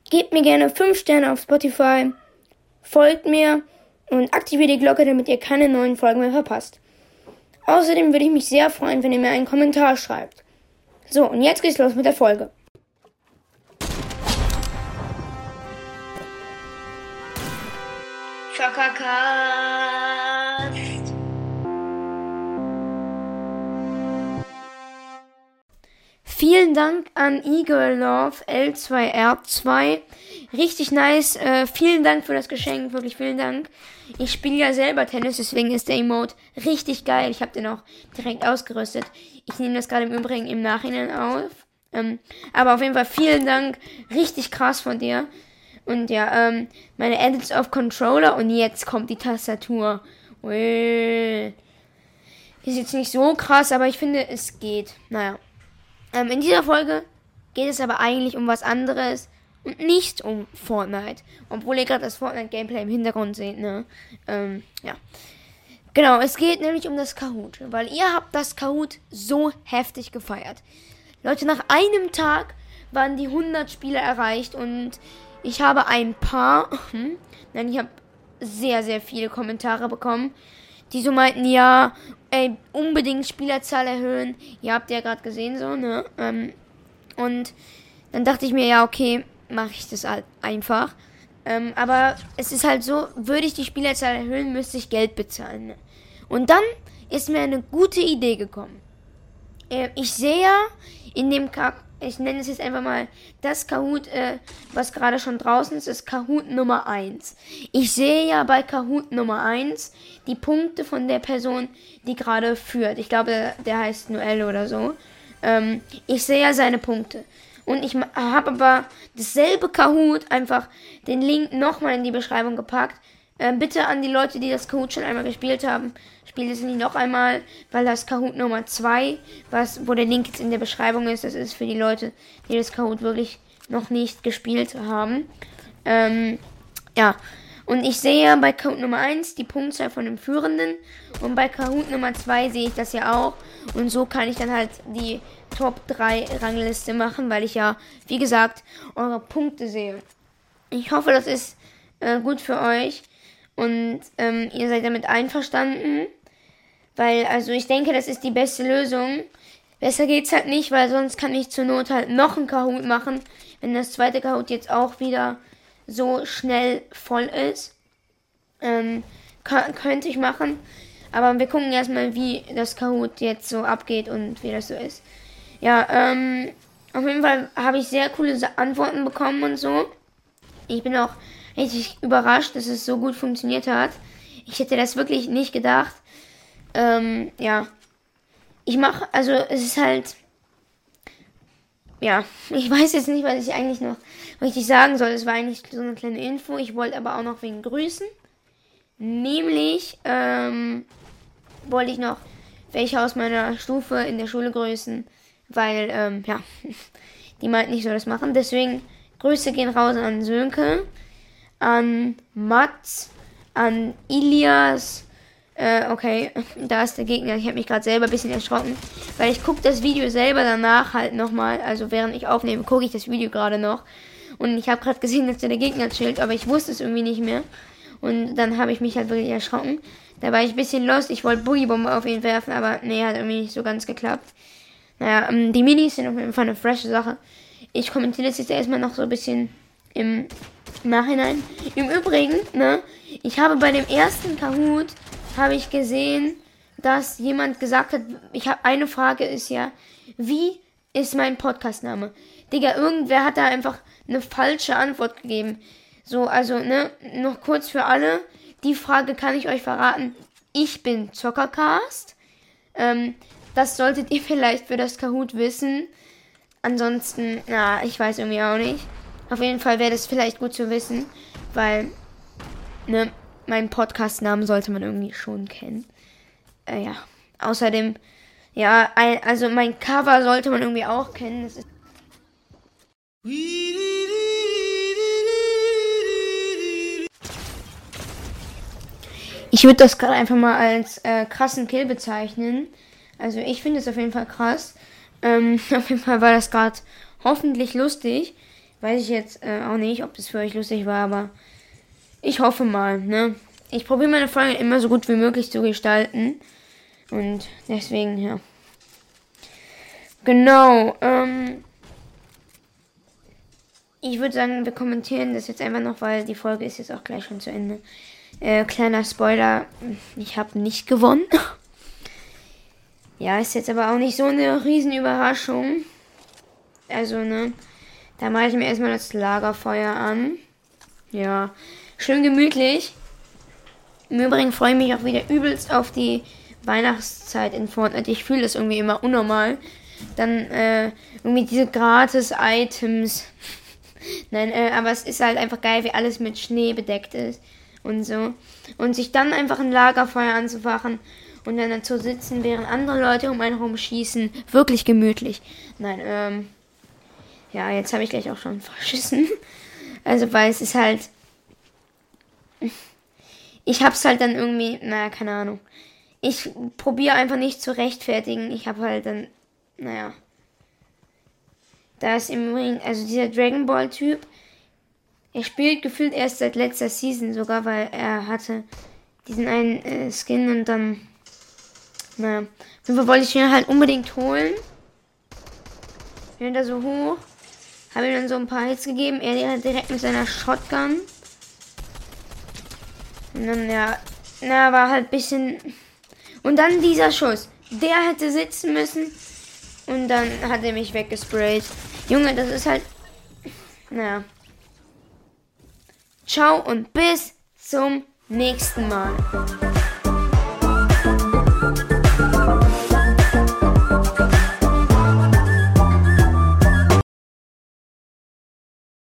Gebt mir gerne 5 Sterne auf Spotify, folgt mir und aktiviert die Glocke, damit ihr keine neuen Folgen mehr verpasst. Außerdem würde ich mich sehr freuen, wenn ihr mir einen Kommentar schreibt. So, und jetzt geht's los mit der Folge. Zockercast. Vielen Dank an Eagle Love L2R2. Richtig nice. Vielen Dank für das Geschenk. Wirklich vielen Dank. Ich spiele ja selber Tennis, deswegen ist der Emote richtig geil. Ich habe den auch direkt ausgerüstet. Ich nehme das gerade im Übrigen im Nachhinein auf. Aber auf jeden Fall vielen Dank. Richtig krass von dir. Und ja, meine Edits auf Controller. Und jetzt kommt die Tastatur. Ui. Ist jetzt nicht so krass, aber ich finde, es geht. Naja. In dieser Folge geht es aber eigentlich um was anderes und nicht um Fortnite. Obwohl ihr gerade das Fortnite-Gameplay im Hintergrund seht, ne? Ja. Genau, es geht nämlich um das Kahoot. Weil ihr habt das Kahoot so heftig gefeiert. Leute, nach einem Tag waren die 100 Spieler erreicht und ich habe ein paar, ich habe sehr, sehr viele Kommentare bekommen, die so meinten, ja, unbedingt Spielerzahl erhöhen. Ihr habt ja gerade gesehen, so, ne? Und dann dachte ich mir, ja, okay, mache ich das halt einfach. Aber es ist halt so, würde ich die Spielerzahl erhöhen, müsste ich Geld bezahlen. Ne? Und dann ist mir eine gute Idee gekommen. Ich sehe ja in dem ich nenne es jetzt einfach mal das Kahoot, was gerade schon draußen ist Kahoot Nummer 1. Ich sehe ja bei Kahoot Nummer 1 die Punkte von der Person, die gerade führt. Ich glaube, der heißt Noel oder so. Ich sehe ja seine Punkte. Und ich habe aber dasselbe Kahoot, einfach den Link nochmal in die Beschreibung gepackt. Bitte an die Leute, die das Kahoot schon einmal gespielt haben, spielt es nicht noch einmal, weil das Kahoot Nummer 2, wo der Link jetzt in der Beschreibung ist, das ist für die Leute, die das Kahoot wirklich noch nicht gespielt haben. Ja, und ich sehe ja bei Kahoot Nummer 1 die Punktzahl von dem Führenden und bei Kahoot Nummer 2 sehe ich das ja auch und so kann ich dann halt die Top 3 Rangliste machen, weil ich ja, wie gesagt, eure Punkte sehe. Ich hoffe, das ist gut für euch. Und ihr seid damit einverstanden, weil, also ich denke, das ist die beste Lösung. Besser geht's halt nicht, weil sonst kann ich zur Not halt noch ein Kahoot machen, wenn das zweite Kahoot jetzt auch wieder so schnell voll ist. Könnte ich machen, aber wir gucken erstmal, wie das Kahoot jetzt so abgeht und wie das so ist. Ja, auf jeden Fall habe ich sehr coole Antworten bekommen und so. Ich bin auch richtig überrascht, dass es so gut funktioniert hat. Ich hätte das wirklich nicht gedacht. Ja. Also es ist halt, ja, ich weiß jetzt nicht, was ich eigentlich noch richtig sagen soll. Es war eigentlich so eine kleine Info. Ich wollte aber auch noch wen grüßen. Nämlich, wollte ich noch welche aus meiner Stufe in der Schule grüßen, weil, ja, die meinten, ich soll das machen. Deswegen, Grüße gehen raus an Sönke, an Mats, an Ilias. Okay, da ist der Gegner. Ich habe mich gerade selber ein bisschen erschrocken, weil ich gucke das Video selber danach halt nochmal. Also während ich aufnehme, gucke ich das Video gerade noch. Und ich habe gerade gesehen, dass der Gegner chillt, aber ich wusste es irgendwie nicht mehr. Und dann habe ich mich halt wirklich erschrocken. Da war ich ein bisschen lost. Ich wollte Boogie-Bombe auf ihn werfen, aber nee, hat irgendwie nicht so ganz geklappt. Naja, die Minis sind auf jeden Fall eine frische Sache. Ich kommentiere das jetzt erstmal noch so ein bisschen im Nachhinein. Im Übrigen, ne, ich habe bei dem ersten Kahoot, habe ich gesehen, dass jemand gesagt hat, eine Frage ist ja, wie ist mein Podcastname? Digga, irgendwer hat da einfach eine falsche Antwort gegeben. So, also, ne, noch kurz für alle, die Frage kann ich euch verraten. Ich bin Zockercast. Das solltet ihr vielleicht für das Kahoot wissen. Ansonsten, ich weiß irgendwie auch nicht. Auf jeden Fall wäre das vielleicht gut zu wissen, weil, ne, meinen Podcast-Namen sollte man irgendwie schon kennen. Ja, außerdem, ja, also mein Cover sollte man irgendwie auch kennen. Das ist ich würde das gerade einfach mal als krassen Kill bezeichnen. Also ich finde es auf jeden Fall krass. Auf jeden Fall war das gerade hoffentlich lustig. Weiß ich jetzt auch nicht, ob das für euch lustig war, aber ich hoffe mal, ne? Ich probiere meine Folge immer so gut wie möglich zu gestalten. Und deswegen, ja. Genau, ich würde sagen, wir kommentieren das jetzt einfach noch, weil die Folge ist jetzt auch gleich schon zu Ende. Kleiner Spoiler, ich habe nicht gewonnen. Ja, ist jetzt aber auch nicht so eine riesen Überraschung. Also, ne, da mache ich mir erstmal das Lagerfeuer an. Ja, schön gemütlich. Im Übrigen freue ich mich auch wieder übelst auf die Weihnachtszeit in Fortnite. Ich fühle das irgendwie immer unnormal. Dann irgendwie diese Gratis-Items. Nein, aber es ist halt einfach geil, wie alles mit Schnee bedeckt ist und so. Und sich dann einfach ein Lagerfeuer anzufachen und dann zu sitzen, während andere Leute um einen herum schießen. Wirklich gemütlich. Nein, ja, jetzt habe ich gleich auch schon verschissen. Also, weil es ist halt... Ich hab's halt dann irgendwie... Naja, keine Ahnung. Ich probiere einfach nicht zu rechtfertigen. Ich habe halt dann... Naja... Da ist im Übrigen, also dieser Dragon Ball Typ, er spielt gefühlt erst seit letzter Season sogar, weil er hatte diesen einen Skin und dann, naja, auf jeden Fall wollte ich ihn halt unbedingt holen. Bin da so hoch, habe ihm dann so ein paar Hits gegeben, er direkt mit seiner Shotgun. Und dann, ja, na, war halt ein bisschen, und dann dieser Schuss, der hätte sitzen müssen. Und dann hat er mich weggesprayt. Junge, das ist halt... Naja. Ciao und bis zum nächsten Mal.